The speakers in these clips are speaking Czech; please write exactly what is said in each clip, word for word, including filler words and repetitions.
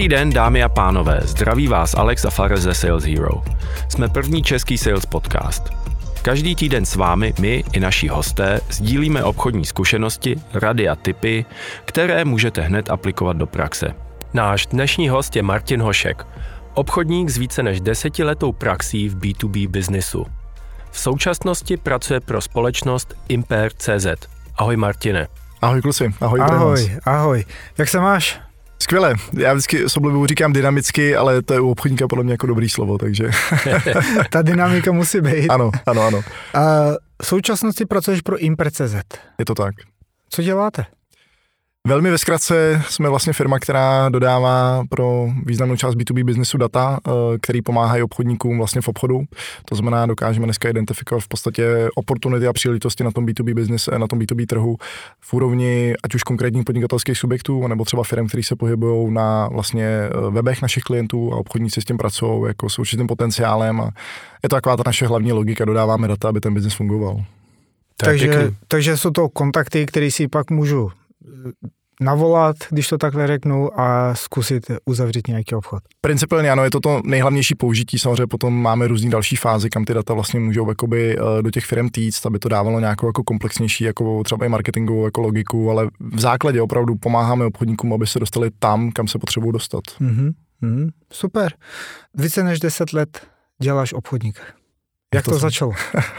Dobrý den, dámy a pánové, zdraví vás Alex a Fares ze Sales Hero. Jsme první český sales podcast. Každý týden s vámi my i naši hosté sdílíme obchodní zkušenosti, rady a tipy, které můžete hned aplikovat do praxe. Náš dnešní host je Martin Hošek, obchodník s více než desetiletou praxí v bé dvě bé biznisu. V současnosti pracuje pro společnost Imper tečka cé zet. Ahoj Martine. Ahoj kluci, ahoj. Ahoj, ahoj. Jak se máš? Skvěle, já vždycky s oblibou říkám dynamicky, ale to je u obchodníka podle mě jako dobrý slovo, takže... Ta dynamika musí být. Ano, ano, ano. A v současnosti pracuješ pro Imper tečka cé zet. Je to tak. Co děláte? Velmi ve zkratce jsme vlastně firma, která dodává pro významnou část bé dvě bé biznesu data, který pomáhají obchodníkům vlastně v obchodu. To znamená, dokážeme dneska identifikovat v podstatě oportunity a příležitosti na tom bé dvě bé business, na tom bé dvě bé trhu v úrovni ať už konkrétních podnikatelských subjektů, nebo třeba firm, který se pohybují na vlastně webech našich klientů a obchodníci s tím pracují jako s určitým potenciálem a je to taková ta naše hlavní logika, dodáváme data, aby ten biznes fungoval. Takže, takže jsou to kontakty, které si pak můžu navolat, když to takhle řeknu, a zkusit uzavřít nějaký obchod. Principiálně ano, je to to nejhlavnější použití, samozřejmě potom máme různý další fázy, kam ty data vlastně můžou jakoby do těch firm týct, aby to dávalo nějakou jako komplexnější, jako třeba i marketingovou jako logiku, ale v základě opravdu pomáháme obchodníkům, aby se dostali tam, kam se potřebují dostat. Mm-hmm, mm, super. Více než deset let děláš obchodníka. Jak to, to začalo?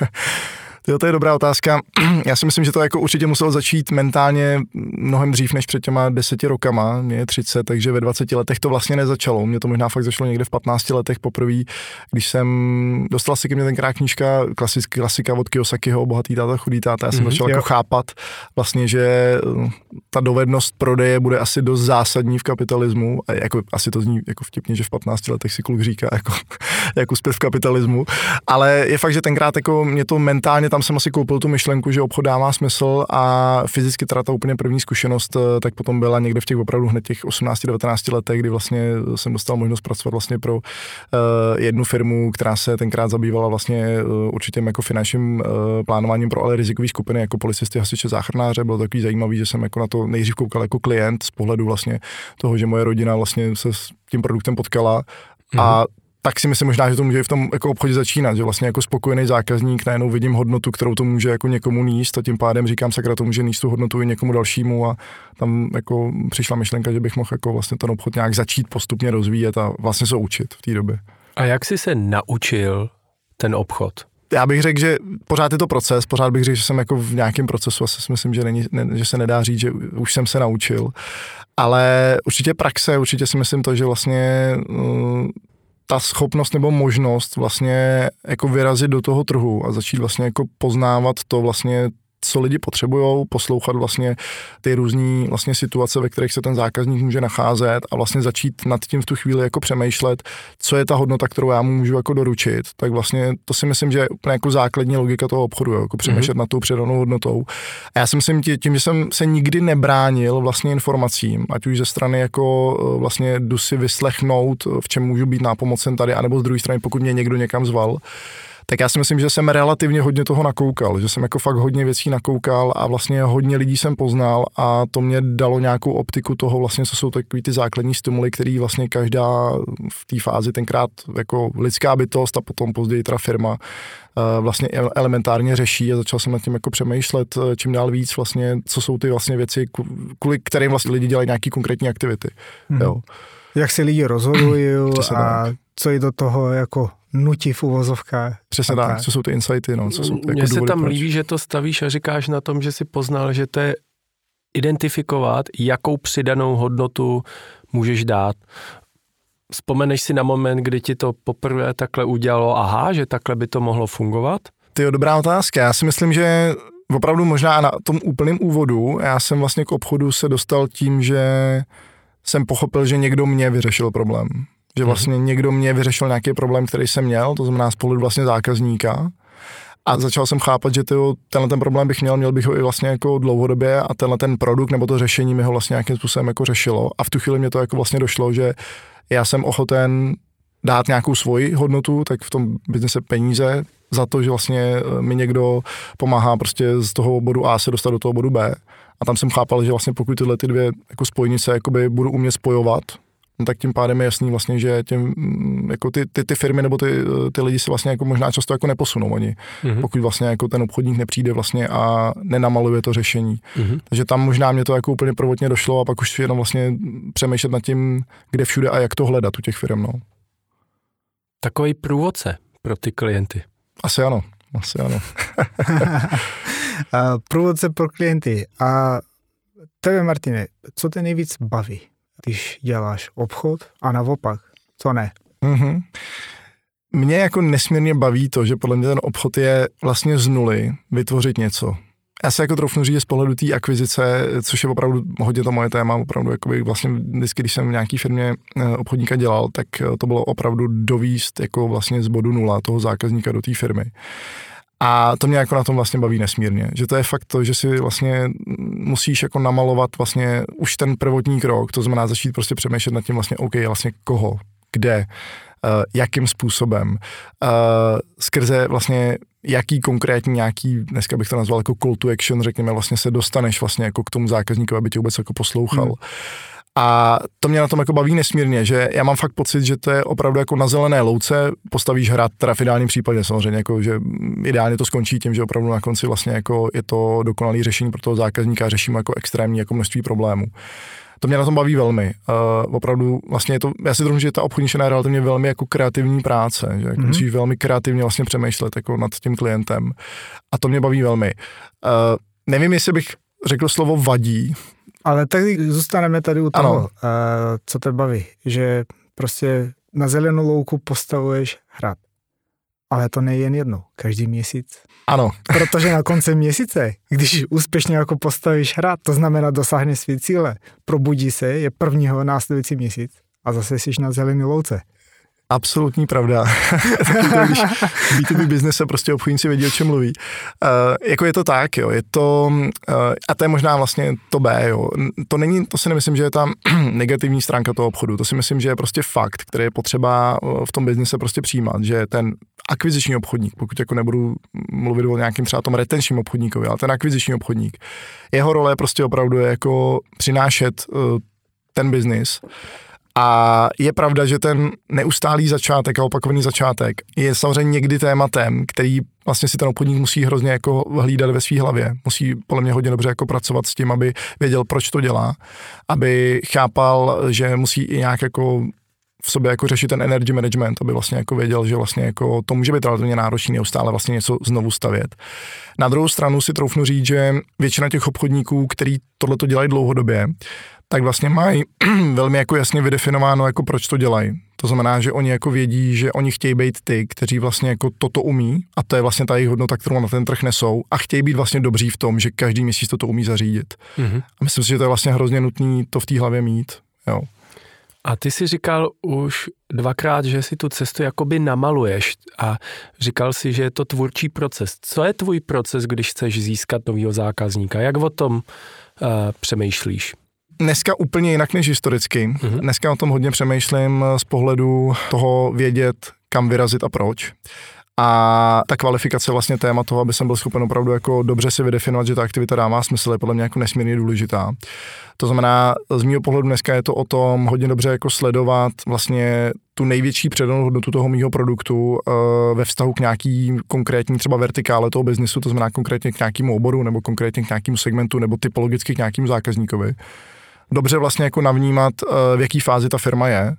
Jo, to je dobrá otázka. Já si myslím, že to jako určitě muselo začít mentálně mnohem dřív než před těma deseti rokama. Mě je třicet, takže ve dvaceti letech to vlastně nezačalo. Mě to možná fakt začalo někde v patnácti letech poprvé, když jsem dostala si ke mně tenkrát knížka, klasická klasika od Kiyosakiho, Bohatý táta, chudý táta. Já jsem mm-hmm, začal jo. jako chápat vlastně, že ta dovednost prodeje bude asi dost zásadní v kapitalismu. A jako, asi to zní jako vtipně, že v patnácti letech si kluk říká jako, jako zpěv v kapitalismu. Ale je fakt, že tenkrát jako mě to mentálně, tam jsem asi koupil tu myšlenku, že obchod dává smysl a fyzicky teda ta úplně první zkušenost tak potom byla někde v těch opravdu hned těch osmnácti devatenácti letech, kdy vlastně jsem dostal možnost pracovat vlastně pro uh, jednu firmu, která se tenkrát zabývala vlastně uh, určitým jako finančním uh, plánováním pro ale rizikové skupiny jako policisty, hasiče, záchranáře. Bylo takový zajímavý, že jsem jako na to nejdřív koukal jako klient z pohledu vlastně toho, že moje rodina vlastně se s tím produktem potkala mm-hmm. a tak si myslím možná, že to může v tom jako obchodě začínat, že vlastně jako spokojený zákazník najednou vidím hodnotu, kterou to může jako někomu níst a tím pádem říkám, sakra, to může níst tu hodnotu i někomu dalšímu a tam jako přišla myšlenka, že bych mohl jako vlastně ten obchod nějak začít postupně rozvíjet a vlastně se učit v té době. A jak jsi se naučil ten obchod? Já bych řekl, že pořád je to proces, pořád bych řekl, že jsem jako v nějakém procesu, asi si myslím, že, není, ne, že se nedá říct, že už jsem se naučil, ale určitě praxe, určitě si myslím to, že vlastně uh, ta schopnost nebo možnost vlastně jako vyrazit do toho trhu a začít vlastně jako poznávat to vlastně, co lidi potřebujou, poslouchat vlastně ty různý vlastně situace, ve kterých se ten zákazník může nacházet a vlastně začít nad tím v tu chvíli jako přemýšlet, co je ta hodnota, kterou já mu můžu jako doručit. Tak vlastně to si myslím, že je úplně jako základní logika toho obchodu, jako přemýšlet mm-hmm. nad tou přidanou hodnotou. A já si myslím tím, že jsem se nikdy nebránil vlastně informacím, ať už ze strany jako vlastně jdu si vyslechnout, v čem můžu být nápomocen tady, anebo z druhé strany, pokud mě někdo někam zval, tak já si myslím, že jsem relativně hodně toho nakoukal, že jsem jako fakt hodně věcí nakoukal a vlastně hodně lidí jsem poznal a to mě dalo nějakou optiku toho vlastně, co jsou takový ty základní stimuly, který vlastně každá v té fázi tenkrát jako lidská bytost a potom později teda firma vlastně elementárně řeší a začal jsem nad tím jako přemýšlet čím dál víc vlastně, co jsou ty vlastně věci, kvůli kterým vlastně lidi dělají nějaký konkrétní aktivity. Hmm. Jo. Jak se lidi rozhodují a co je do toho jako nutí v uvozovkách. Přesně tak, co jsou ty insighty, no, co jsou ty Mně jako se důvody, tam proč. líbí, že to stavíš a říkáš na tom, že jsi poznal, že to je identifikovat, jakou přidanou hodnotu můžeš dát. Vzpomeneš si na moment, kdy ti to poprvé takhle udělalo, aha, že takhle by to mohlo fungovat? Tyjo, dobrá otázka. Já si myslím, že opravdu možná na tom úplném úvodu, já jsem vlastně k obchodu se dostal tím, že jsem pochopil, že někdo mě vyřešil problém. Že vlastně hmm. někdo mě vyřešil nějaký problém, který jsem měl, to znamená z pohledu vlastně zákazníka. A začal jsem chápat, že tyjo, tenhle ten problém bych měl, měl bych ho i vlastně jako dlouhodobě a tenhle ten produkt nebo to řešení mi ho vlastně nějakým způsobem jako řešilo. A v tu chvíli mě to jako vlastně došlo, že já jsem ochoten dát nějakou svoji hodnotu, tak v tom biznise peníze za to, že vlastně mi někdo pomáhá prostě z toho bodu A se dostat do toho bodu B. A tam jsem chápal, že vlastně pokud tyhle ty dvě jako spojnice jakoby budu umět spojovat no tak tím pádem je jasný vlastně, že těm, jako ty, ty, ty firmy nebo ty, ty lidi se vlastně jako možná často jako neposunou oni, mm-hmm. pokud vlastně jako ten obchodník nepřijde vlastně a nenamaluje to řešení. Mm-hmm. Takže tam možná mě to jako úplně prvotně došlo a pak už jenom vlastně přemýšlet nad tím, kde všude a jak to hledat u těch firm. No. Takový průvodce pro ty klienty. Asi ano, asi ano. Průvodce pro klienty. A tebe, Martine, co tě nejvíc baví, když děláš obchod a naopak, co ne? Mm-hmm. Mě jako nesmírně baví to, že podle mě ten obchod je vlastně z nuly vytvořit něco. Já se jako troufnu říct z pohledu té akvizice, což je opravdu hodně to moje téma, opravdu jakoby vlastně vždycky, když jsem v nějaký firmě obchodníka dělal, tak to bylo opravdu dovíst jako vlastně z bodu nula toho zákazníka do té firmy. A to mě jako na tom vlastně baví nesmírně, že to je fakt to, že si vlastně musíš jako namalovat vlastně už ten prvotní krok, to znamená začít prostě přemýšlet nad tím vlastně OK, vlastně koho, kde, uh, jakým způsobem, uh, skrze vlastně jaký konkrétní nějaký, dneska bych to nazval jako call to action, řekněme, vlastně se dostaneš vlastně jako k tomu zákazníkovi, aby tě vůbec jako poslouchal. Hmm. A to mě na tom jako baví nesmírně, že já mám fakt pocit, že to je opravdu jako na zelené louce postavíš hrad, teda v ideálním případě samozřejmě, jako, že ideálně to skončí tím, že opravdu na konci vlastně jako je to dokonalý řešení pro toho zákazníka a řešíme jako extrémní jako množství problémů. To mě na tom baví velmi. Uh, opravdu vlastně je to, já si domnívám, že ta obchodní činnost je relativně velmi jako kreativní práce, že jako mm-hmm. musíš velmi kreativně vlastně přemýšlet jako nad tím klientem a to mě baví velmi. Uh, nevím, jestli bych řekl slovo vadí. Ale tak zůstaneme tady u toho, uh, co te baví, že prostě na zelenou louku postavuješ hrad. Ale to nejen jednou, každý měsíc. Ano. Protože na konci měsíce, když úspěšně jako postavíš hrad, to znamená dosáhneš své cíle, probudí se, je prvního následující měsíc a zase jsi na zelené louce. Absolutní pravda. Když B dva B biznese prostě obchodníci vědí, o čem mluví. Uh, jako je to tak, jo, je to, uh, a to je možná vlastně to B, jo. To není, to si nemyslím, že je tam negativní stránka toho obchodu, to si myslím, že je prostě fakt, který je potřeba v tom biznise prostě přijímat, že ten akviziční obchodník, pokud jako nebudu mluvit o nějakým třeba tom retenčním obchodníkovi, ale ten akviziční obchodník, jeho role prostě opravdu je jako přinášet uh, ten biznis. A je pravda, že ten neustálý začátek a opakovaný začátek je samozřejmě někdy tématem, který vlastně si ten obchodník musí hrozně jako hlídat ve své hlavě. Musí podle mě hodně dobře jako pracovat s tím, aby věděl, proč to dělá, aby chápal, že musí i nějak jako v sobě jako řešit ten energy management, aby vlastně jako věděl, že vlastně jako to může být relativně náročný neustále vlastně něco znovu stavět. Na druhou stranu si troufnu říct, že většina těch obchodníků, který tohleto dělají dlouhodobě, tak vlastně mají velmi jako jasně vydefinováno, jako proč to dělají. To znamená, že oni jako vědí, že oni chtějí být ty, kteří vlastně jako toto umí a to je vlastně ta jejich hodnota, kterou na ten trh nesou a chtějí být vlastně dobří v tom, že každý měsíc toto umí zařídit. Mm-hmm. A myslím si, že to je vlastně hrozně nutný to v té hlavě mít. Jo. A ty si říkal už dvakrát, že si tu cestu jakoby namaluješ a říkal si, že je to tvůrčí proces. Co je tvůj proces, když chceš získat nového zákazníka? Jak o tom uh, přemýšlíš? Dneska úplně jinak než historicky. Mm-hmm. Dneska o tom hodně přemýšlím z pohledu toho vědět, kam vyrazit a proč. A ta kvalifikace vlastně téma toho, aby jsem byl schopen opravdu jako dobře si vydefinovat, že ta aktivita dává smysl, je podle mě jako nesmírně důležitá. To znamená, z mého pohledu dneska je to o tom hodně dobře jako sledovat vlastně tu největší předanou hodnotu toho mýho produktu uh, ve vztahu k nějaký konkrétní třeba vertikále toho biznisu, to znamená konkrétně k nějakému oboru nebo konkrétně k nějakému segmentu nebo typologicky k nějakému zákazníkovi. Dobře vlastně jako navnímat, uh, v jaký fázi ta firma je.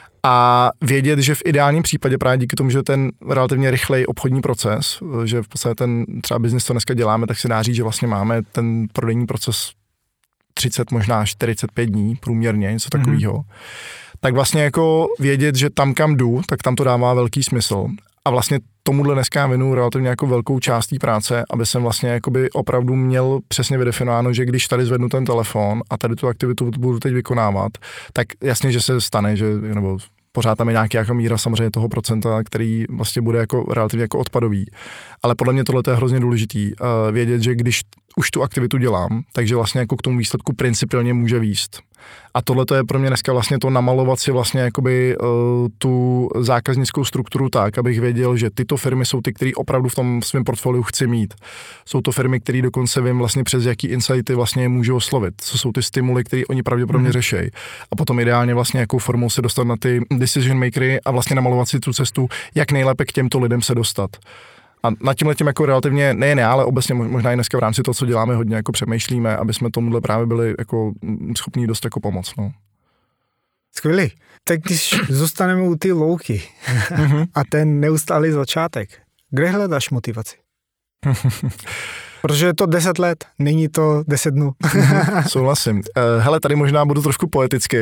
A vědět, že v ideálním případě právě díky tomu, že ten relativně rychlej obchodní proces, že v podstatě ten třeba biznis, co dneska děláme, tak se dá říct, že vlastně máme ten prodejní proces třicet, možná čtyřicet pět dní průměrně, něco takového. Mm-hmm. Tak vlastně jako vědět, že tam, kam jdu, tak tam to dává velký smysl. A vlastně tomuhle dneska věnu relativně jako velkou část té práce, aby jsem vlastně jakoby opravdu měl přesně vydefinováno, že když tady zvednu ten telefon a tady tu aktivitu budu teď vykonávat, tak jasně, že se stane, že nebo pořád tam je nějaký jako míra samozřejmě toho procenta, který vlastně bude jako relativně jako odpadový. Ale podle mě tohle je hrozně důležitý. Uh, vědět, že když už tu aktivitu dělám, takže vlastně jako k tomu výsledku principiálně může vést. A tohle to je pro mě dneska vlastně to namalovat si vlastně jakoby uh, tu zákaznickou strukturu tak, abych věděl, že tyto firmy jsou ty, které opravdu v tom svém portfoliu chci mít. Jsou to firmy, které dokonce vím vlastně přes jaký insighty vlastně můžu oslovit. Co jsou ty stimuly, které oni pravděpodobně mm. řeší. A potom ideálně vlastně jakou formou se dostat na ty decision makery a vlastně namalovat si tu cestu, jak nejlépe k těmto lidem se dostat. A nad tímhletím jako relativně, nejen já, ale obecně možná i dneska v rámci toho, co děláme, hodně jako přemýšlíme, aby jsme tomuhle právě byli jako schopní dost jako pomoct. No. Skvělý. Tak když zůstaneme u té louky a ten neustálý začátek, kde hledáš motivaci? Protože je to deset let, není to deset dnů. Souhlasím. Hele, tady možná budu trošku poetický.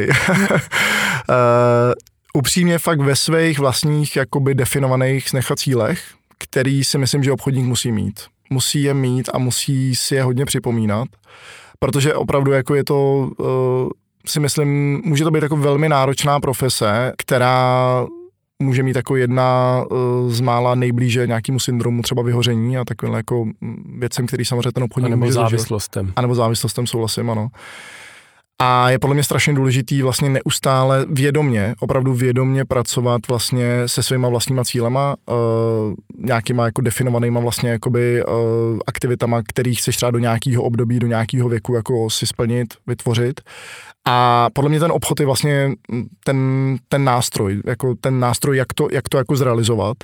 Upřímně fakt ve svých vlastních jakoby definovaných snecha cílech, který si myslím, že obchodník musí mít. Musí je mít a musí si je hodně připomínat, protože opravdu jako je to, uh, si myslím, může to být jako velmi náročná profese, která může mít jako jedna uh, z mála nejblíže nějakému syndromu třeba vyhoření a takovým jako věcem, který samozřejmě ten obchodník může zažít. A nebo závislostem. A nebo závislostem, souhlasím, ano. A je podle mě strašně důležitý vlastně neustále vědomně, opravdu vědomně pracovat vlastně se svýma vlastníma cílema, uh, nějakýma jako definovanýma vlastně jakoby uh, aktivitama, který chceš třeba do nějakého období, do nějakého věku jako si splnit, vytvořit. A podle mě ten obchod je vlastně ten, ten nástroj, jako ten nástroj, jak to, jak to jako zrealizovat.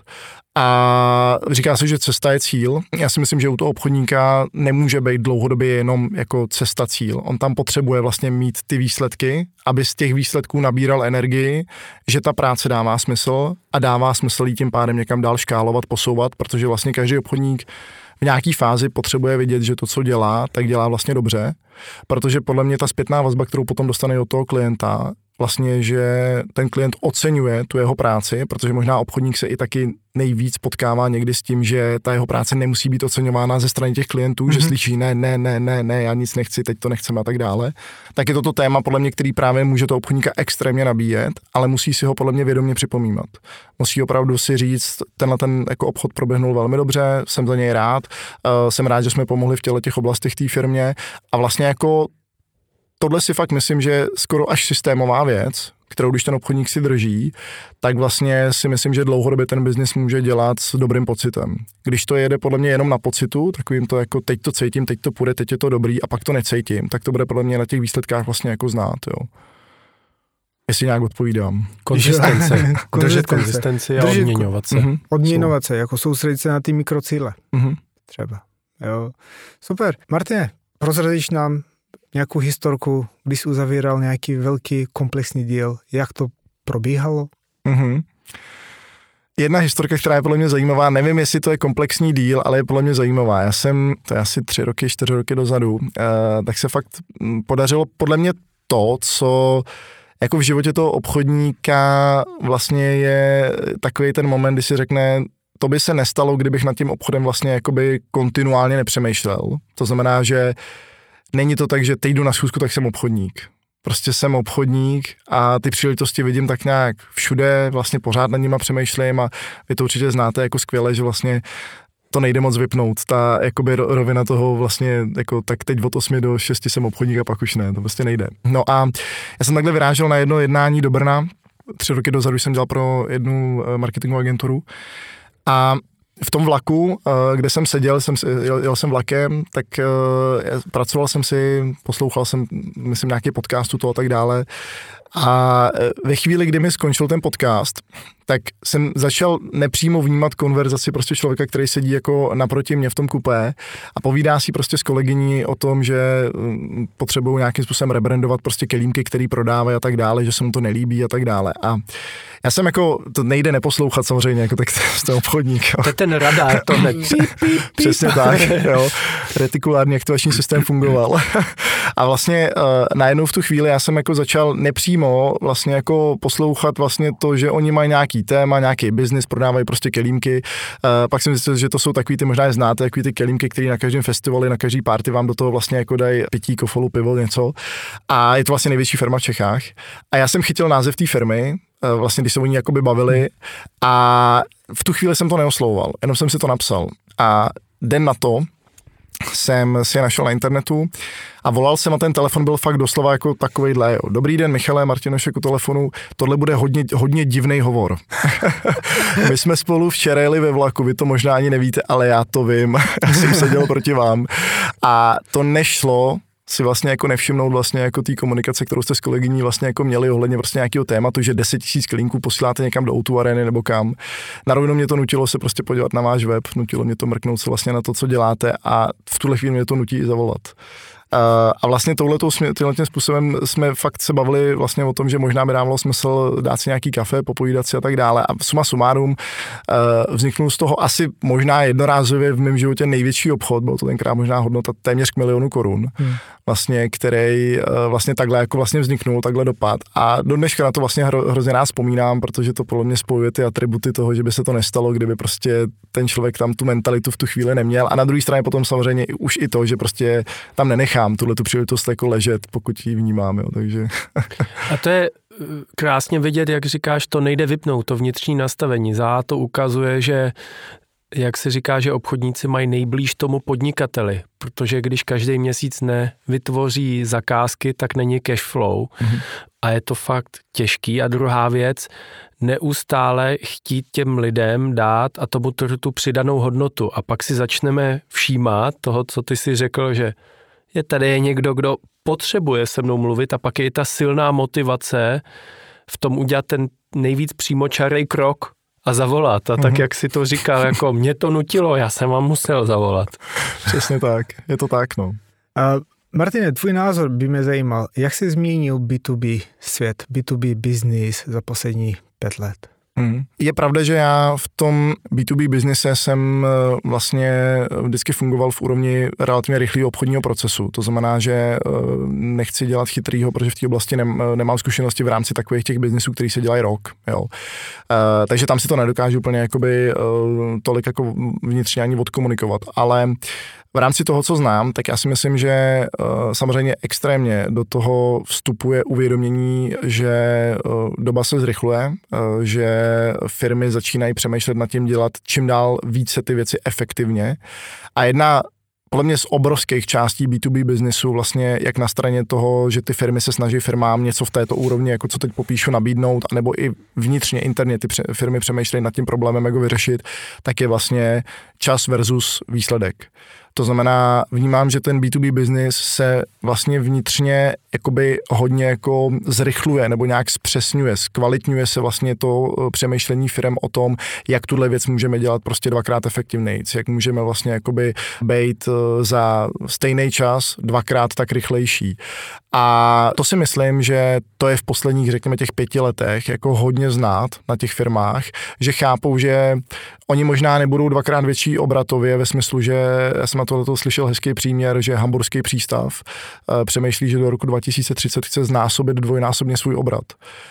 A říká se, že cesta je cíl. Já si myslím, že u toho obchodníka nemůže být dlouhodobě jenom jako cesta cíl. On tam potřebuje vlastně mít ty výsledky, aby z těch výsledků nabíral energii, že ta práce dává smysl a dává smysl jí tím pádem někam dál škálovat, posouvat, protože vlastně každý obchodník v nějaký fázi potřebuje vidět, že to, co dělá, tak dělá vlastně dobře, protože podle mě ta zpětná vazba, kterou potom dostane od toho klienta, vlastně, že ten klient oceňuje tu jeho práci, protože možná obchodník se i taky nejvíc potkává někdy s tím, že ta jeho práce nemusí být oceňována ze strany těch klientů, mm-hmm. že slyší ne, ne, ne, ne, ne, já nic nechci, teď to nechceme a tak dále. Tak je to to téma, podle mě, který právě může toho obchodníka extrémně nabíjet, ale musí si ho podle mě vědomě připomínat. Musí opravdu si říct, tenhle ten jako obchod proběhnul velmi dobře, jsem za něj rád, uh, jsem rád, že jsme pomohli v těle těch oblastech té firmě a vlastně jako tohle si fakt myslím, že skoro až systémová věc, kterou když ten obchodník si drží, tak vlastně si myslím, že dlouhodobě ten biznis může dělat s dobrým pocitem. Když to jede podle mě jenom na pocitu, takovým to jako teď to cítím, teď to půjde, teď je to dobrý a pak to necítím, tak to bude podle mě na těch výsledkách vlastně jako znát, jo. Jestli nějak odpovídám. Konzistence. Držet konzistenci a Držet odměňovat se. Mm-hmm. Odměňovat se, jako soustředit se na ty mikrocíle. Mm-hmm. Třeba. Jo. Super. Martine, prozradíš nám nějakou historku, když jsi uzavíral nějaký velký komplexní díl, jak to probíhalo? Mm-hmm. Jedna historka, která je podle mě zajímavá, nevím, jestli to je komplexní díl, ale je podle mě zajímavá. Já jsem, to je asi tři roky, čtyři roky dozadu, eh, tak se fakt podařilo podle mě to, co jako v životě toho obchodníka vlastně je takový ten moment, kdy si řekne, to by se nestalo, kdybych nad tím obchodem vlastně jakoby kontinuálně nepřemýšlel. To znamená, že není to tak, že teď jdu na schůzku, tak jsem obchodník. Prostě jsem obchodník a ty příležitosti vidím tak nějak všude, vlastně pořád nad nima přemýšlím a vy to určitě znáte jako skvěle, že vlastně to nejde moc vypnout. Ta jakoby rovina toho vlastně, jako tak teď od osmi do šesti jsem obchodník a pak už ne, to prostě nejde. No a já jsem takhle vyrážel na jedno jednání do Brna, tři roky dozadu jsem dělal pro jednu marketingovou agenturu a v tom vlaku, kde jsem seděl, jsem, jel, jel jsem vlakem, tak pracoval jsem si, poslouchal jsem, myslím, nějaký podcastu toho a tak dále. A ve chvíli, kdy mi skončil ten podcast, tak jsem začal nepřímo vnímat konverzaci prostě člověka, který sedí jako naproti mě v tom kupé a povídá si prostě s kolegyní o tom, že potřebují nějakým způsobem rebrandovat prostě kelímky, který prodávají a tak dále, že se mu to nelíbí a tak dále. A já jsem jako, to nejde neposlouchat samozřejmě, jako tak jste obchodník. Jo. To je ten radar, to ne. Přesně tak, jo. Retikulární aktivační systém fungoval. A vlastně uh, najednou v tu chvíli já jsem jako začal nepřímo vlastně jako poslouchat vlastně to, že oni mají nějaký téma, nějaký biznis, prodávají prostě kelímky. Uh, pak jsem zjistil, že to jsou takový ty, možná je znáte, takový ty kelímky, které na každém festivalu, na každý party vám do toho vlastně jako dají pití, kofolu, pivo, něco. A je to vlastně největší firma v Čechách. A já jsem chytil název té firmy, vlastně když se o ní jakoby bavili a v tu chvíli jsem to neoslovoval, jenom jsem si to napsal. A den na to jsem si je našel na internetu a volal jsem a ten telefon byl fakt doslova jako takovejhle. Jo. Dobrý den, Michale, Martinošek u telefonu, tohle bude hodně, hodně divnej hovor. My jsme spolu včera jeli ve vlaku, vy to možná ani nevíte, ale já to vím, já jsem seděl proti vám a to nešlo si vlastně jako nevšimnout vlastně jako té komunikace, kterou jste s kolegyní vlastně jako měli ohledně prostě nějakého tématu, že deset tisíc klínků posíláte někam do ó dva Areny nebo kam. Na rovinu mě to nutilo se prostě podívat na váš web, nutilo mě to mrknout se vlastně na to, co děláte a v tuhle chvíli mě to nutí i zavolat. A vlastně touhletou, tímhletím způsobem jsme fakt se bavili vlastně o tom, že možná by dávalo smysl dát si nějaký kafe, popovídat si a tak dále. A suma sumárum vzniknul z toho asi možná jednorázově v mém životě největší obchod, byl to tenkrát možná hodnota téměř k milionu korun, hmm. vlastně, který vlastně takhle jako vlastně vzniknul, takhle dopad. A do dneška na to vlastně hro, hrozně rád vzpomínám, protože to podle mě spojuje ty atributy toho, že by se to nestalo, kdyby prostě ten člověk tam tu mentalitu v tu chvíli neměl. A na druhé straně potom samozřejmě už i to, že prostě tam nenechá tuhle tu příležitost jako ležet, pokud ji vnímám, jo, takže. A to je krásně vidět, jak říkáš, to nejde vypnout, to vnitřní nastavení. Zá to ukazuje, že jak se říká, že obchodníci mají nejblíž tomu podnikateli, protože když každý měsíc nevytvoří zakázky, tak není cash flow mm-hmm. a je to fakt těžký. A druhá věc, neustále chtít těm lidem dát a tomu tu přidanou hodnotu a pak si začneme všímat toho, co ty si řekl, že je tady někdo, kdo potřebuje se mnou mluvit a pak je ta silná motivace v tom udělat ten nejvíc přímočarý krok a zavolat. A tak, mm-hmm. jak si to říkal, jako mě to nutilo, já jsem vám musel zavolat. Přesně tak, je to tak, no. Uh, Martine, tvůj názor by mě zajímal, jak jsi zmínil bé dvě bé svět, bé dvě bé business za poslední pět let? Hmm. Je pravda, že já v tom bé dvě bé biznise jsem vlastně vždycky fungoval v úrovni relativně rychlého obchodního procesu. To znamená, že nechci dělat chytrýho, protože v té oblasti nemám zkušenosti v rámci takových těch biznisů, který se dělají rok. Jo. Takže tam si to nedokážu úplně jakoby tolik jako vnitřně ani odkomunikovat. Ale v rámci toho, co znám, tak já si myslím, že uh, samozřejmě extrémně do toho vstupuje uvědomění, že uh, doba se zrychluje, uh, že firmy začínají přemýšlet nad tím dělat čím dál více ty věci efektivně. A jedna podle mě z obrovských částí bé dvě bé biznesu vlastně jak na straně toho, že ty firmy se snaží firmám něco v této úrovni, jako co teď popíšu, nabídnout, anebo i vnitřně interně ty firmy přemýšlejí nad tím problémem, jak ho vyřešit, tak je vlastně čas versus výsledek. To znamená, vnímám, že ten bé dvě bé business se vlastně vnitřně jakoby hodně jako zrychluje nebo nějak zpřesňuje, zkvalitňuje se vlastně to přemýšlení firem o tom, jak tuhle věc můžeme dělat prostě dvakrát efektivnějc, jak můžeme vlastně jakoby být za stejný čas dvakrát tak rychlejší. A to si myslím, že to je v posledních, řekněme, těch pěti letech jako hodně znát na těch firmách, že chápou, že oni možná nebudou dvakrát větší obratově ve smyslu, že já jsem na tohleto slyšel hezký příměr, že hamburský přístav e, přemýšlí, že do roku dva tisíce třicet chce znásobit dvojnásobně svůj obrat.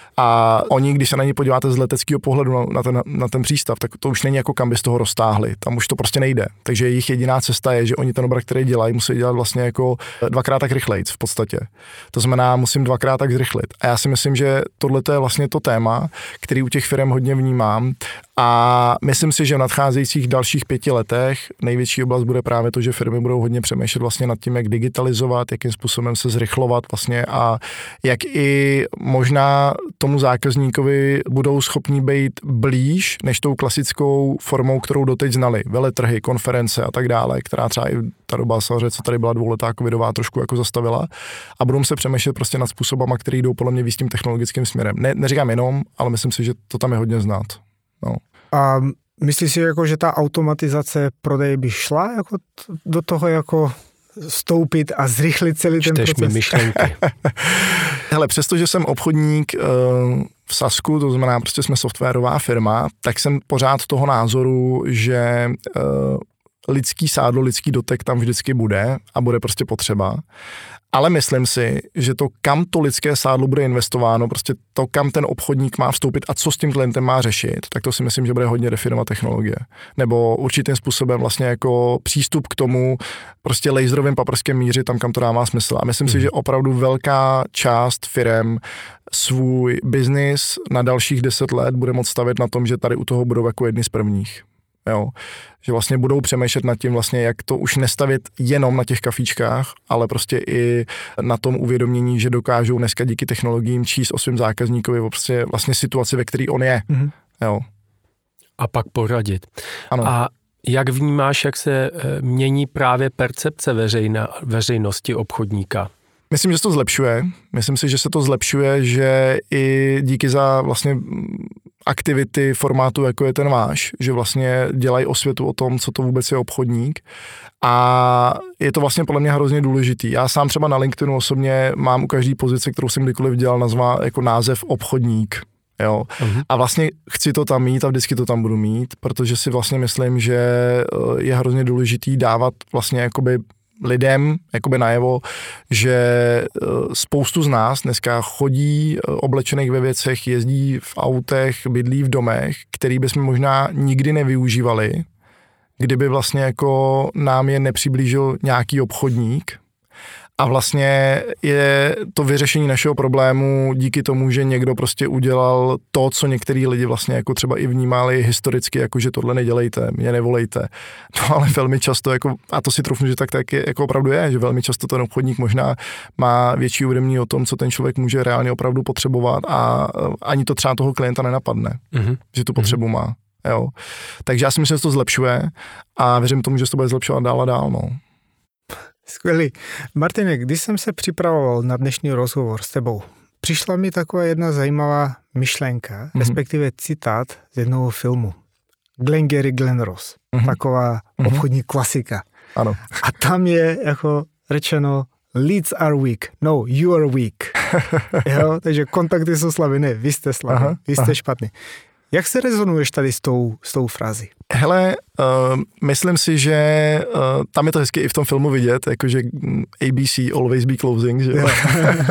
A oni, když se na ně podíváte z leteckého pohledu na ten, na ten přístav, tak to už není jako kam by z toho roztáhli. Tam už to prostě nejde. Takže jejich jediná cesta je, že oni ten obrat, který dělají, musí dělat vlastně jako dvakrát tak rychlejc v podstatě. To znamená, musím dvakrát tak zrychlit. A já si myslím, že tohle je vlastně to téma, který u těch firm hodně vnímám. A myslím si, že v nadcházejících dalších pěti letech největší oblast bude právě to, že firmy budou hodně přemýšlet vlastně nad tím, jak digitalizovat, jakým způsobem se zrychlovat vlastně a jak i možná tomu zákazníkovi budou schopní být blíž než tou klasickou formou, kterou doteď znali. Veletrhy, konference a tak dále, která třeba i ta doba, samozřejmě, co tady byla dvouletá covidová, trošku jako zastavila. A budou se přemýšlet prostě nad způsobama, který jdou podle mě víc tím technologickým směrem. Ne, neříkám jenom, ale myslím si, že to tam je hodně znát. No. A myslíš si, jako, že ta automatizace prodeje by šla jako do toho jako vstoupit a zrychlit celý ten Čteš proces? Mi myšlenky. Hele, přestože jsem obchodník uh, v Sasku, to znamená prostě jsme softwarová firma, tak jsem pořád toho názoru, že uh, lidský sádlo, lidský dotek tam vždycky bude a bude prostě potřeba. Ale myslím si, že to, kam to lidské sádlo bude investováno, prostě to, kam ten obchodník má vstoupit a co s tím klientem má řešit, tak to si myslím, že bude hodně definovat technologie. Nebo určitým způsobem vlastně jako přístup k tomu prostě laserovým paprskem mířit tam, kam to dává smysl. A myslím hmm. si, že opravdu velká část firem svůj biznis na dalších deset let bude moct stavět na tom, že tady u toho budou jako jedni z prvních. Jo? Že vlastně budou přemýšlet nad tím vlastně, jak to už nestavit jenom na těch kafíčkách, ale prostě i na tom uvědomění, že dokážou dneska díky technologiím číst o svém zákazníkovi prostě vlastně situaci, ve které on je. Mm-hmm. Jo. A pak poradit. Ano. A jak vnímáš, jak se mění právě percepce veřejna, veřejnosti obchodníka? Myslím, že se to zlepšuje. Myslím si, že se to zlepšuje, že i díky za vlastně aktivity formátu, jako je ten váš, že vlastně dělají osvětu o tom, co to vůbec je obchodník. A je to vlastně podle mě hrozně důležitý. Já sám třeba na LinkedInu osobně mám u každé pozice, kterou jsem kdykoliv dělal, nazvá jako název obchodník. Jo. Uh-huh. A vlastně chci to tam mít a vždycky to tam budu mít, protože si vlastně myslím, že je hrozně důležitý dávat vlastně jakoby lidem jakoby najevo, že spoustu z nás dneska chodí oblečených ve věcech, jezdí v autech, bydlí v domech, který bychom možná nikdy nevyužívali, kdyby vlastně jako nám je nepřiblížil nějaký obchodník. A vlastně je to vyřešení našeho problému díky tomu, že někdo prostě udělal to, co některý lidi vlastně jako třeba i vnímali historicky, jako že tohle nedělejte, mě nevolejte. No ale velmi často, jako, a to si trufnu, že tak, tak je, jako opravdu je, že velmi často ten obchodník možná má větší uvědomění o tom, co ten člověk může reálně opravdu potřebovat a ani to třeba toho klienta nenapadne, mm-hmm. že tu potřebu má. Jo. Takže já si myslím, že to zlepšuje a věřím tomu, že se to bude zlepšovat dál a dál. No. Skvělý. Martine, když jsem se připravoval na dnešní rozhovor s tebou, přišla mi taková jedna zajímavá myšlenka, mm-hmm. respektive citát z jednoho filmu. Glengarry Glen Ross. Mm-hmm. Taková mm-hmm. obchodní klasika. Ano. A tam je jako řečeno leads are weak. No, you are weak. Jo? Takže kontakty jsou slabé. Ne, vy jste slabí. Aha, vy jste aha. špatný. Jak se rezonuješ tady s tou, s tou frází? Hele, uh, myslím si, že uh, tam je to hezky i v tom filmu vidět, jakože A B C, always be closing, že jo? uh,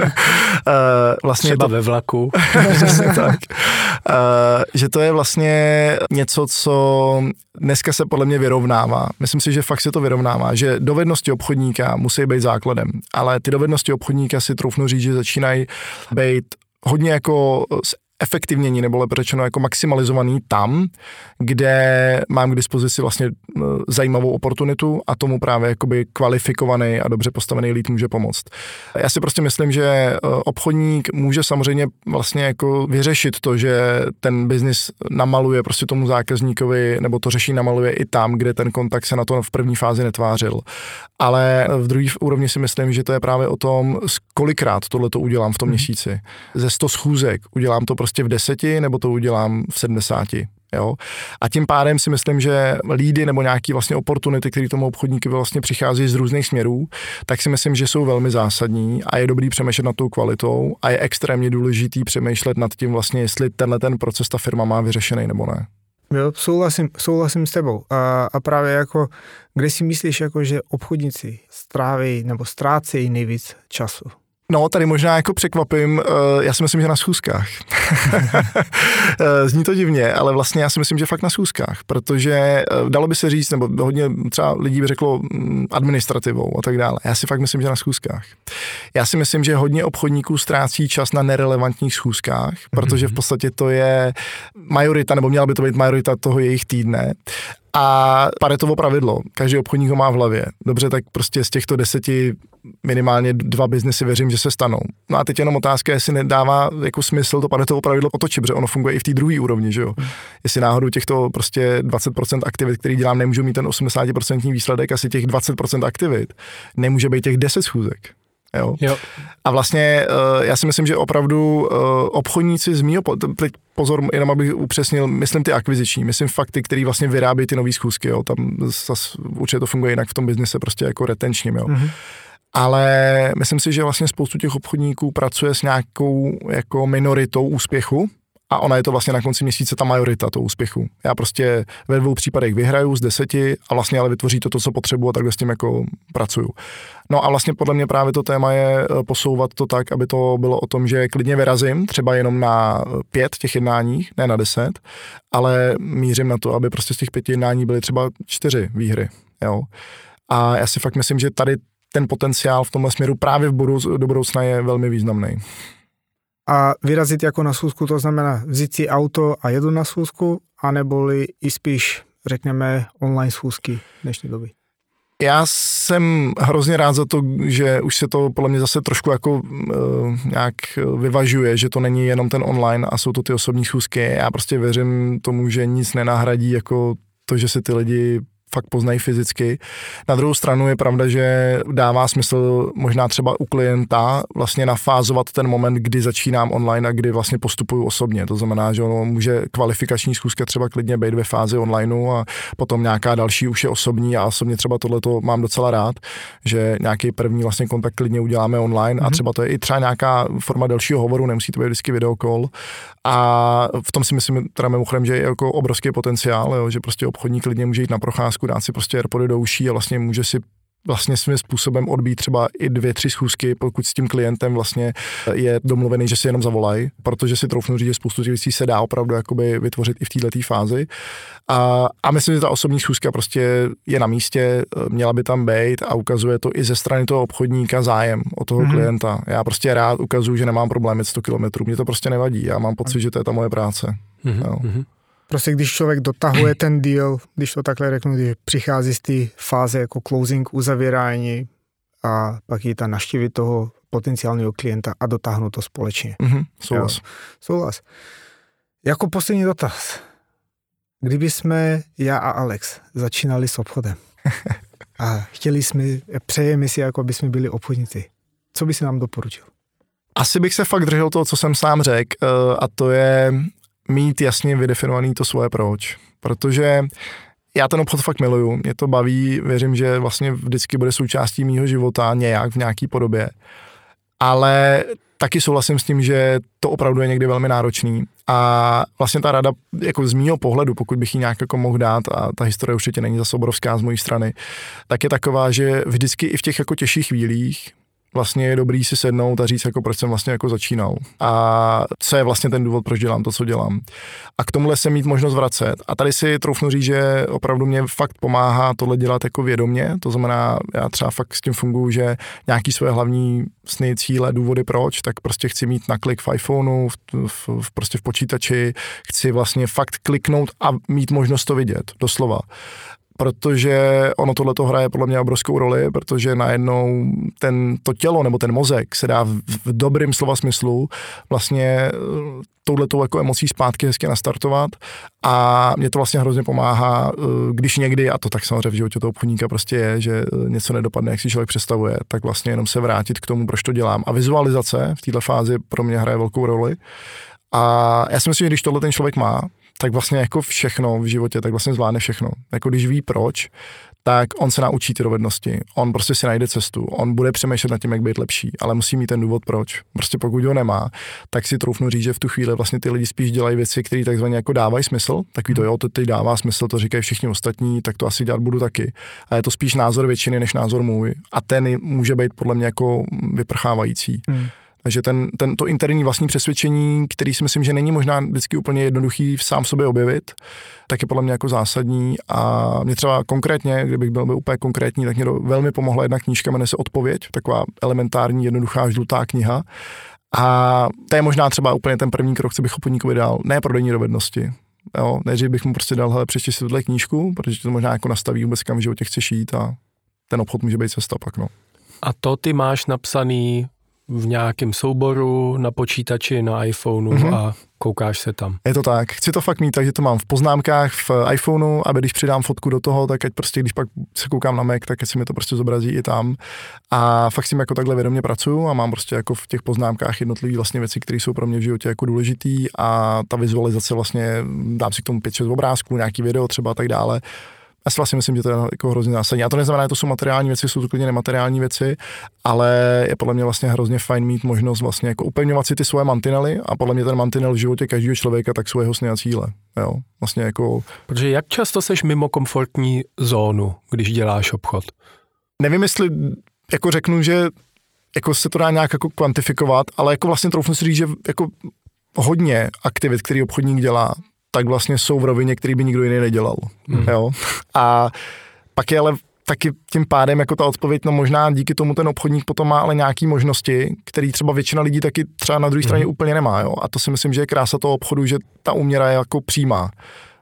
vlastně třeba to, ve vlaku. tak. Uh, že to je vlastně něco, co dneska se podle mě vyrovnává. Myslím si, že fakt se to vyrovnává, že dovednosti obchodníka musí být základem, ale ty dovednosti obchodníka si troufnu říct, že začínají být hodně jako efektivnění, nebo lépe řečeno jako maximalizovaný tam, kde mám k dispozici vlastně zajímavou oportunitu a tomu právě jakoby kvalifikovaný a dobře postavený lead může pomoct. Já si prostě myslím, že obchodník může samozřejmě vlastně jako vyřešit to, že ten biznis namaluje prostě tomu zákazníkovi, nebo to řeší namaluje i tam, kde ten kontakt se na to v první fázi netvářil. Ale v druhé úrovni si myslím, že to je právě o tom, kolikrát tohle to udělám v tom měsíci. Ze sto schůzek udělám to prostě v deseti, nebo to udělám v sedmdesáti. Jo? A tím pádem si myslím, že lídy nebo nějaký vlastně oportunity, které tomu obchodníkovi vlastně přichází z různých směrů, tak si myslím, že jsou velmi zásadní a je dobrý přemýšlet nad tou kvalitou a je extrémně důležitý přemýšlet nad tím vlastně, jestli tenhle ten proces ta firma má vyřešený nebo ne. Jo, souhlasím, souhlasím s tebou. A, a právě jako, kde si myslíš, jako, že obchodníci stráví nebo ztrácejí nejvíc času? No, tady možná jako překvapím, já si myslím, že na schůzkách. Zní to divně, ale vlastně já si myslím, že fakt na schůzkách, protože dalo by se říct, nebo hodně třeba lidí by řeklo administrativou a tak dále. Já si fakt myslím, že na schůzkách. Já si myslím, že hodně obchodníků ztrácí čas na nerelevantních schůzkách, protože v podstatě to je majorita, nebo měla by to být majorita toho jejich týdne. A Paretovo pravidlo, každý obchodník ho má v hlavě. Dobře, tak prostě z těchto deseti minimálně dva biznesy věřím, že se stanou. No a teď jenom otázka, jestli nedává jako smysl to Paretovo pravidlo otočit, protože ono funguje i v té druhé úrovni, že jo. Hmm. Jestli náhodou těchto prostě dvacet procent aktivit, který dělám, nemůžou mít ten osmdesát procent výsledek, asi těch dvacet procent aktivit nemůže být těch deset schůzek. Jo? Jo. A vlastně já si myslím, že opravdu obchodníci z mýho, teď pozor, jenom abych upřesnil, myslím ty akviziční, myslím fakt ty, který vlastně vyrábí ty nový schůzky, jo? Tam zase určitě to funguje jinak v tom biznise prostě jako retenčním, jo. Mm-hmm. Ale myslím si, že vlastně spoustu těch obchodníků pracuje s nějakou jako minoritou úspěchu a ona je to vlastně na konci měsíce ta majorita toho úspěchu. Já prostě ve dvou případech vyhraju z deseti a vlastně ale vytvoří to, to co potřebuji a takhle s tím jako pracuju. No a vlastně podle mě právě to téma je posouvat to tak, aby to bylo o tom, že klidně vyrazím třeba jenom na pět těch jednáních, ne na deset, ale mířím na to, aby prostě z těch pěti jednání byly třeba čtyři výhry. Jo. A já si fakt myslím, že tady ten potenciál v tomhle směru právě v budouc, do budoucna je velmi významný. A vyrazit jako na schůzku, to znamená vzít si auto a jedu na schůzku, aneboli i spíš řekněme, online schůzky dnešní doby? Já jsem hrozně rád za to, že už se to podle mě zase trošku jako uh, nějak vyvažuje, že to není jenom ten online a jsou to ty osobní schůzky. Já prostě věřím tomu, že nic nenahradí jako to, že se ty lidi fakt poznají fyzicky. Na druhou stranu je pravda, že dává smysl možná třeba u klienta vlastně nafázovat ten moment, kdy začínám online a kdy vlastně postupuju osobně. To znamená, že ono může kvalifikační schůzka třeba klidně být ve fázi onlineu a potom nějaká další už je osobní a osobně třeba tohleto mám docela rád, že nějaký první vlastně kontakt klidně uděláme online mm-hmm. a třeba to je i třeba nějaká forma dalšího hovoru, nemusí to být vždycky videokol. A v tom si myslím teda mimochodem, že je jako obrovský potenciál, jo, že prostě obchodník klidně může jít na procházku, dát si prostě AirPody do uší a vlastně může si vlastně svým způsobem odbít třeba i dvě, tři schůzky, pokud s tím klientem vlastně je domluvený, že si jenom zavolají, protože si troufnu říct, že spoustu těch věcí se dá opravdu jakoby vytvořit i v této fázi. A, a myslím, že ta osobní schůzka prostě je na místě, měla by tam být a ukazuje to i ze strany toho obchodníka zájem o toho mm-hmm. klienta. Já prostě rád ukazuju, že nemám problém sto kilometrů, mě to prostě nevadí, já mám pocit, že to je ta moje práce. Mm-hmm. Prostě když člověk dotahuje ten deal, když to takhle řeknu, když přichází z té fáze jako closing, uzavírání a pak jít a navštívit toho potenciálního klienta a dotáhnout to společně. Mm-hmm, souhlas. Souhlas. Jako poslední dotaz. Kdyby jsme, já a Alex, začínali s obchodem a chtěli jsme, přejeme si, jako by jsme byli obchodníci, co by si nám doporučil? Asi bych se fakt držel toho, co jsem sám řekl, a to je mít jasně vydefinovaný to svoje proč, protože já ten obchod fakt miluju, mě to baví, věřím, že vlastně vždycky bude součástí mýho života nějak v nějaký podobě, ale taky souhlasím s tím, že to opravdu je někdy velmi náročný a vlastně ta rada jako z mýho pohledu, pokud bych ji nějak jako mohl dát a ta historie určitě není zase obrovská z mojí strany, tak je taková, že vždycky i v těch jako těžších chvílích vlastně je dobrý si sednout a říct, jako proč jsem vlastně jako začínal a co je vlastně ten důvod, proč dělám to, co dělám. A k tomuhle se mít možnost vracet. A tady si troufnu říct, že opravdu mě fakt pomáhá tohle dělat jako vědomě, to znamená, já třeba fakt s tím funguji, že nějaký svoje hlavní sny, cíle, důvody proč, tak prostě chci mít na klik v iPhoneu, v, v, v, prostě v počítači, chci vlastně fakt kliknout a mít možnost to vidět, doslova. Protože ono tohleto hraje podle mě obrovskou roli, protože najednou ten, to tělo nebo ten mozek se dá v, v dobrým slova smyslu vlastně touhletou jako emocí zpátky hezky nastartovat a mě to vlastně hrozně pomáhá, když někdy, a to tak samozřejmě v životě toho obchodníka prostě je, že něco nedopadne, jak si člověk představuje, tak vlastně jenom se vrátit k tomu, proč to dělám. A vizualizace v této fázi pro mě hraje velkou roli. A já si myslím, že když tohle ten člověk má, tak vlastně jako všechno v životě, tak vlastně zvládne všechno. Jako když ví proč, tak on se naučí ty dovednosti, on prostě si najde cestu, on bude přemýšlet nad tím, jak být lepší, ale musí mít ten důvod proč. Prostě pokud ho nemá, tak si troufnu říct, že v tu chvíli vlastně ty lidi spíš dělají věci, které takzvaně jako dávají smysl, takový to jo, to teď dává smysl, to říkají všichni ostatní, tak to asi dělat budu taky. A je to spíš názor většiny než názor můj a ten může být podle mě jako vyprchávající. Hmm. Takže ten, ten, to interní vlastní přesvědčení, který si myslím, že není možná vždycky úplně jednoduchý v sám sobě objevit, tak je podle mě jako zásadní a mě třeba konkrétně, kdybych byl, byl úplně konkrétní, tak mě to velmi pomohla jedna knížka, jmenuje se Odpověď, taková elementární, jednoduchá, žlutá kniha a to je možná třeba úplně ten první krok, co bych obchodníkovi dal, ne prodejní dovednosti. Jo, než bych mu prostě dal, hele, přečti si tuhle knížku, protože to možná jako nastaví vůbec, kam v životě chceš jít a ten obchod může být cesta pak, no. A to ty máš napsaný v nějakém souboru, na počítači, na iPhoneu mm-hmm. a koukáš se tam. Je to tak. Chci to fakt mít, takže to mám v poznámkách v iPhoneu, aby když přidám fotku do toho, tak ať prostě, když pak se koukám na Mac, tak ať si mi to prostě zobrazí i tam. A fakt s tím jako takhle vědomě pracuju a mám prostě jako v těch poznámkách jednotlivé vlastně věci, které jsou pro mě v životě jako důležitý a ta vizualizace vlastně, dám si k tomu pět šest obrázků, nějaký video třeba a tak dále. Já si vlastně myslím, že to je jako hrozně zásadní. A to neznamená, že to jsou materiální věci, jsou to klidně nemateriální věci, ale je podle mě vlastně hrozně fajn mít možnost vlastně jako upevňovat si ty svoje mantinely a podle mě ten mantinel v životě každého člověka tak jsou jeho sny a cíle. Jo, vlastně jako... Protože jak často seš mimo komfortní zónu, když děláš obchod? Nevím, jestli jako řeknu, že jako se to dá nějak jako kvantifikovat, ale jako vlastně troufnu si říct, že jako hodně aktivit, který obchodník dělá, tak vlastně jsou v rovině, který by nikdo jiný nedělal. Hmm. Jo? A pak je ale taky tím pádem jako ta odpověď, no možná díky tomu ten obchodník potom má ale nějaký možnosti, který třeba většina lidí taky třeba na druhé straně hmm. úplně nemá. Jo? A to si myslím, že je krása toho obchodu, že ta úměra je jako přímá.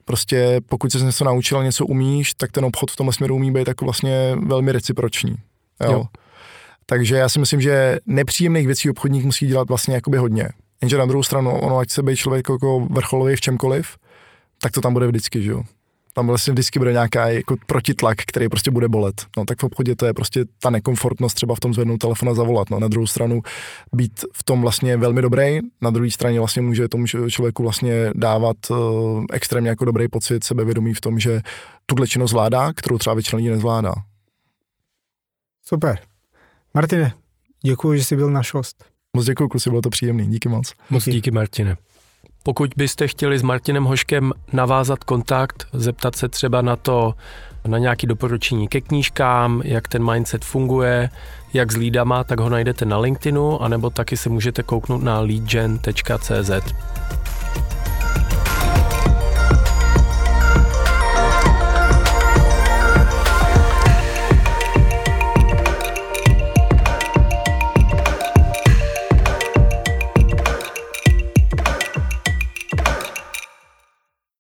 Prostě pokud jsi něco naučil, něco umíš, tak ten obchod v tomhle směru umí být jako vlastně velmi reciproční. Jo? Jo. Takže já si myslím, že nepříjemných věcí obchodník musí dělat vlastně jakoby hodně. Jenže na druhou stranu, ono, ať se být člověk jako vrcholový v čemkoliv, tak to tam bude vždycky, že jo. Tam vlastně vždycky bude nějaká jako protitlak, který prostě bude bolet. No tak v obchodě to je prostě ta nekomfortnost třeba v tom zvednout telefon a zavolat. No na druhou stranu být v tom vlastně velmi dobrý, na druhé straně vlastně může tomu člověku vlastně dávat uh, extrémně jako dobrý pocit sebevědomí v tom, že tuhle činnost zvládá, kterou třeba většina lidí nezvládá. Super. Martine, děkuji, že jsi byl náš host. Moc děkuji, kluci, bylo to příjemný. Díky moc. Moc díky, Martine. Pokud byste chtěli s Martinem Hoškem navázat kontakt, zeptat se třeba na to, na nějaké doporučení ke knížkám, jak ten mindset funguje, jak s lídama, tak ho najdete na LinkedInu, anebo taky se můžete kouknout na leadgen tečka cé zet.